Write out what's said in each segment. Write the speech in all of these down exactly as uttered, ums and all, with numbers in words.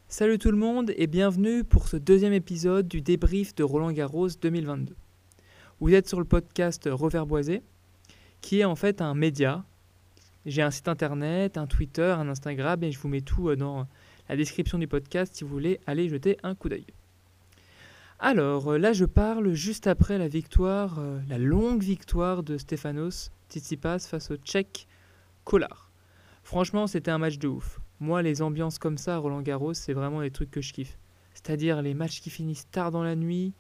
Salut tout le monde et bienvenue pour ce deuxième épisode du débrief de Roland-Garros deux mille vingt-deux. Vous êtes sur le podcast Reverboisé, qui est en fait un média. J'ai un site internet, un Twitter, un Instagram et je vous mets tout dans la description du podcast si vous voulez aller jeter un coup d'œil. Alors là je parle juste après la victoire, la longue victoire de Stefanos Tsitsipas face au Tchèque Kolar. Franchement c'était un match de ouf. Moi, les ambiances comme ça à Roland-Garros, c'est vraiment des trucs que je kiffe. C'est-à-dire les matchs qui finissent tard dans la nuit,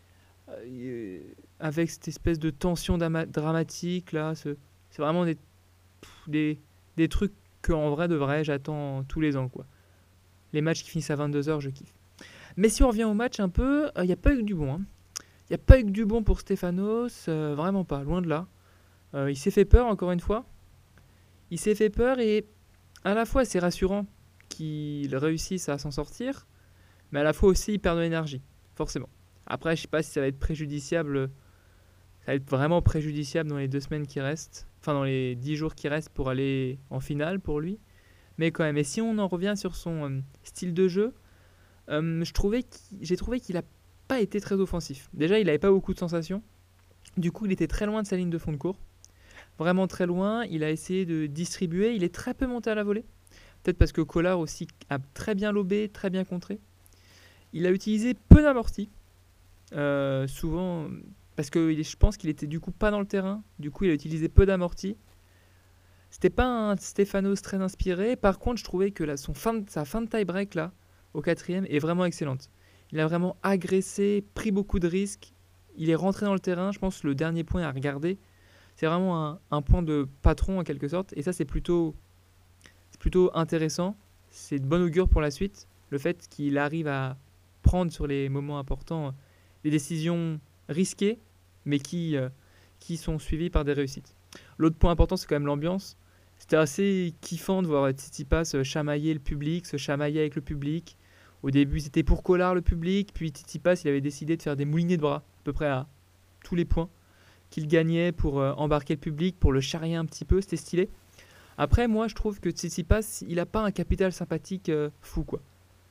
euh, avec cette espèce de tension dama- dramatique, là. C'est, c'est vraiment des, pff, des, des trucs qu'en vrai, de vrai, j'attends tous les ans, quoi. Les matchs qui finissent à vingt-deux heures, je kiffe. Mais si on revient au match un peu, il euh, n'y a pas eu que du bon. Il hein. n'y a pas eu que du bon pour Stefanos, euh, vraiment pas, loin de là. Euh, il s'est fait peur, encore une fois. Il s'est fait peur et... à la fois, c'est rassurant qu'il réussisse à s'en sortir, mais à la fois aussi, il perd de l'énergie, forcément. Après, je sais pas si ça va être préjudiciable, ça va être vraiment préjudiciable dans les deux semaines qui restent, enfin dans les dix jours qui restent pour aller en finale pour lui, mais quand même. Et si on en revient sur son euh, style de jeu, euh, je trouvais j'ai trouvé qu'il n'a pas été très offensif. Déjà, il n'avait pas beaucoup de sensations, du coup, il était très loin de sa ligne de fond de cours. Vraiment très loin, il a essayé de distribuer, il est très peu monté à la volée. Peut-être parce que Kolar aussi a très bien lobé, très bien contré. Il a utilisé peu d'amortis, euh, souvent parce que je pense qu'il était du coup pas dans le terrain. Du coup, il a utilisé peu d'amortis. C'était pas un Stefanos très inspiré. Par contre, je trouvais que la, son fin de, sa fin de tie-break là, au quatrième, est vraiment excellente. Il a vraiment agressé, pris beaucoup de risques. Il est rentré dans le terrain. Je pense que le dernier point à regarder, c'est vraiment un, un point de patron en quelque sorte. Et ça, c'est plutôt, c'est plutôt intéressant. C'est de bon augure pour la suite. Le fait qu'il arrive à prendre sur les moments importants des décisions risquées, mais qui, euh, qui sont suivies par des réussites. L'autre point important, c'est quand même l'ambiance. C'était assez kiffant de voir Tsitsipas se chamailler le public, se chamailler avec le public. Au début, c'était pour Kolar le public, puis Tsitsipas, il avait décidé de faire des moulinets de bras, à peu près à tous les points qu'il gagnait pour euh, embarquer le public, pour le charrier un petit peu, c'était stylé. Après, moi, je trouve que Tsitsipas, il n'a pas un capital sympathique euh, fou, quoi.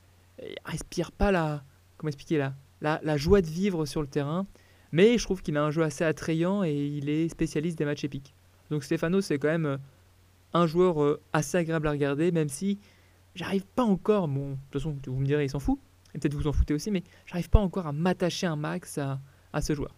Il respire pas la, comment expliquer, la, la, la joie de vivre sur le terrain, mais je trouve qu'il a un jeu assez attrayant et il est spécialiste des matchs épiques. Donc Stefanos, c'est quand même euh, un joueur euh, assez agréable à regarder, même si j'arrive pas encore, bon, de toute façon, vous me direz, il s'en fout, et peut-être vous en foutez aussi, mais j'arrive pas encore à m'attacher un max à, à ce joueur.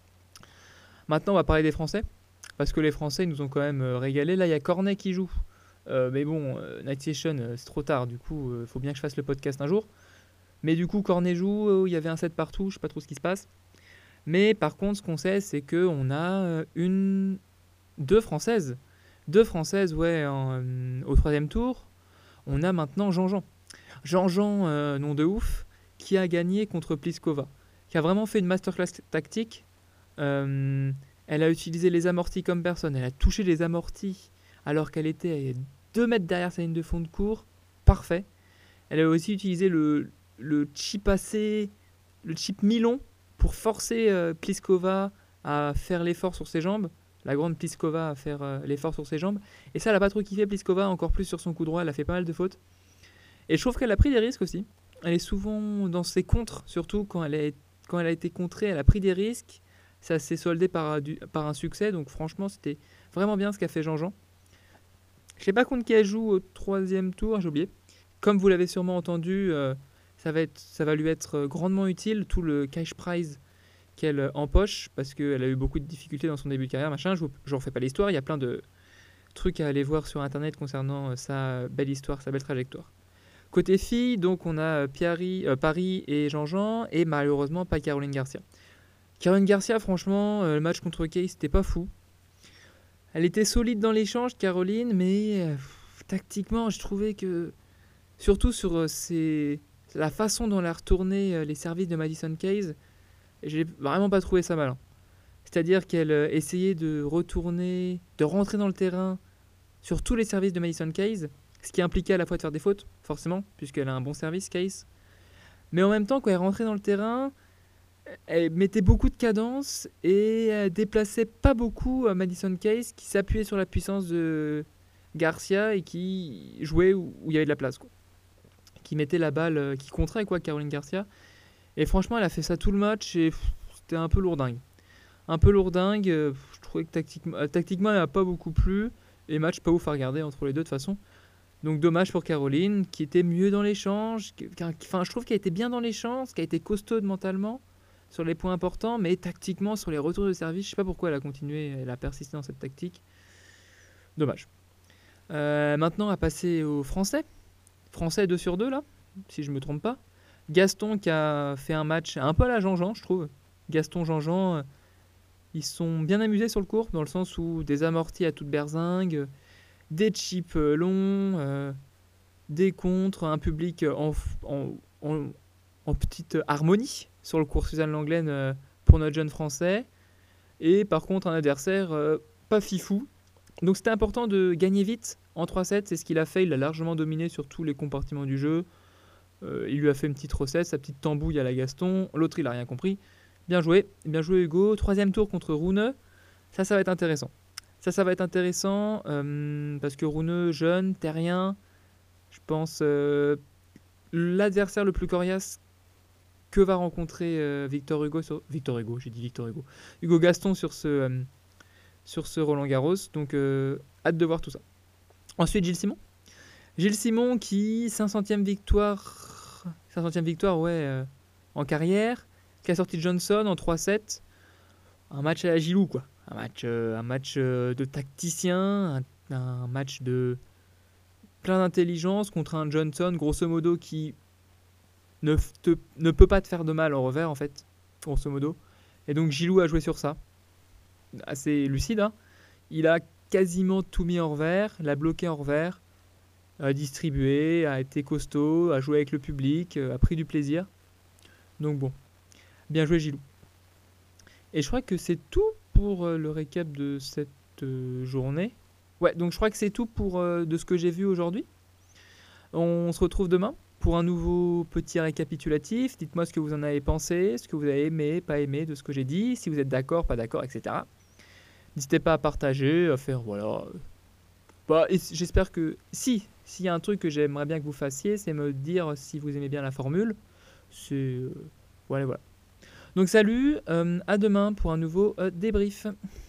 Maintenant, on va parler des Français, parce que les Français ils nous ont quand même euh, régalé. Là, il y a Cornet qui joue. Euh, mais bon, euh, Night Session, euh, c'est trop tard. Du coup, il euh, faut bien que je fasse le podcast un jour. Mais du coup, Cornet joue. Il euh, y avait un set partout. Je sais pas trop ce qui se passe. Mais par contre, ce qu'on sait, c'est qu'on a euh, une, deux Françaises. Deux Françaises, ouais, en, euh, au troisième tour. On a maintenant Jean-Jean. Jean-Jean, euh, nom de ouf, qui a gagné contre Pliskova. Qui a vraiment fait une masterclass tactique. Euh, elle a utilisé les amortis comme personne. Elle a touché les amortis alors qu'elle était à deux mètres derrière sa ligne de fond de cours. Parfait. Elle a aussi utilisé le, le chip assez, le chip mi-long pour forcer euh, Pliskova à faire l'effort sur ses jambes. La grande Pliskova à faire euh, l'effort sur ses jambes. Et ça, elle n'a pas trop kiffé Pliskova, encore plus sur son coup droit. Elle a fait pas mal de fautes. Et je trouve qu'elle a pris des risques aussi. Elle est souvent dans ses contres, surtout quand elle, est, quand elle a été contrée, elle a pris des risques. Ça s'est soldé par, du, par un succès, donc franchement, c'était vraiment bien ce qu'a fait Jean-Jean. Je ne sais pas contre qui elle joue au troisième tour, j'ai oublié. Comme vous l'avez sûrement entendu, euh, ça, va être, ça va lui être grandement utile, tout le cash prize qu'elle empoche, parce qu'elle a eu beaucoup de difficultés dans son début de carrière, machin. Je ne refais pas l'histoire, il y a plein de trucs à aller voir sur Internet concernant sa belle histoire, sa belle trajectoire. Côté filles, donc on a Piari, euh, Paris et Jean-Jean, et malheureusement pas Caroline Garcia. Caroline Garcia, franchement, euh, le match contre Kay, c'était pas fou. Elle était solide dans l'échange, Caroline, mais euh, tactiquement, je trouvais que, surtout sur euh, ses, la façon dont elle a retourné euh, les services de Madison Keys, j'ai vraiment pas trouvé ça malin. C'est-à-dire qu'elle euh, essayait de retourner, de rentrer dans le terrain sur tous les services de Madison Keys, ce qui impliquait à la fois de faire des fautes, forcément, puisqu'elle a un bon service, Keys. Mais en même temps, quand elle rentrait dans le terrain, elle mettait beaucoup de cadence et elle déplaçait pas beaucoup Madison Keys qui s'appuyait sur la puissance de Garcia et qui jouait où il y avait de la place, quoi. qui mettait la balle, euh, qui contrait quoi, Caroline Garcia. Et franchement, elle a fait ça tout le match et pff, c'était un peu lourdingue. Un peu lourdingue, euh, je trouvais que tactiquement, euh, tactiquement elle n'a pas beaucoup plu. Et match pas ouf à regarder entre les deux de toute façon. Donc dommage pour Caroline, qui était mieux dans l'échange. qui- qui- Enfin, je trouve qu'elle était bien dans l'échange, qu'elle était costaud mentalement sur les points importants, mais tactiquement sur les retours de service, je sais pas pourquoi elle a continué, elle a persisté dans cette tactique. Dommage. Euh, maintenant, à passer aux Français. Français deux sur deux là, si je me trompe pas. Gaston qui a fait un match un peu à la Jean-Jean, je trouve. Gaston, Jean-Jean, euh, ils se sont bien amusés sur le court, dans le sens où des amortis à toute berzingue, euh, des chips euh, longs, euh, des contres, un public euh, en, f- en, en- en petite harmonie sur le court Suzanne Langlaine euh, pour notre jeune Français. Et par contre, un adversaire euh, pas fifou. Donc c'était important de gagner vite en trois sept, c'est ce qu'il a fait. Il a largement dominé sur tous les compartiments du jeu. Euh, il lui a fait une petite recette, sa petite tambouille à la Gaston. L'autre, il a rien compris. Bien joué, bien joué Hugo. Troisième tour contre Rune. Ça, ça va être intéressant. Ça, ça va être intéressant euh, parce que Rune, jeune, terrien, je pense euh, l'adversaire le plus coriace que va rencontrer euh, Victor Hugo sur... Victor Hugo, j'ai dit Victor Hugo. Hugo Gaston sur ce, euh, sur ce Roland Garros. Donc, euh, hâte de voir tout ça. Ensuite, Gilles Simon. Gilles Simon qui, cinq centième victoire, cinq centième victoire ouais, euh, en carrière, qui a sorti Johnson en trois sept. Un match à la Gilou, quoi. Un match, euh, un match euh, de tacticien, un, un match de plein d'intelligence contre un Johnson, grosso modo, qui ne, te, ne peut pas te faire de mal au revers, en fait, grosso modo. Et donc Gilou a joué sur ça. Assez lucide, hein. Il a quasiment tout mis en revers, l'a bloqué en revers, a distribué, a été costaud, a joué avec le public, a pris du plaisir. Donc bon, bien joué Gilou. Et je crois que c'est tout pour le récap de cette journée. Ouais, donc je crois que c'est tout pour euh, de ce que j'ai vu aujourd'hui. On se retrouve demain pour un nouveau petit récapitulatif. Dites-moi ce que vous en avez pensé, ce que vous avez aimé, pas aimé de ce que j'ai dit, si vous êtes d'accord, pas d'accord, et cetera. N'hésitez pas à partager, à faire voilà. Bah, et j'espère que si, s'il y a un truc que j'aimerais bien que vous fassiez, c'est me dire si vous aimez bien la formule. C'est euh, voilà, voilà. Donc salut, euh, à demain pour un nouveau euh, débrief.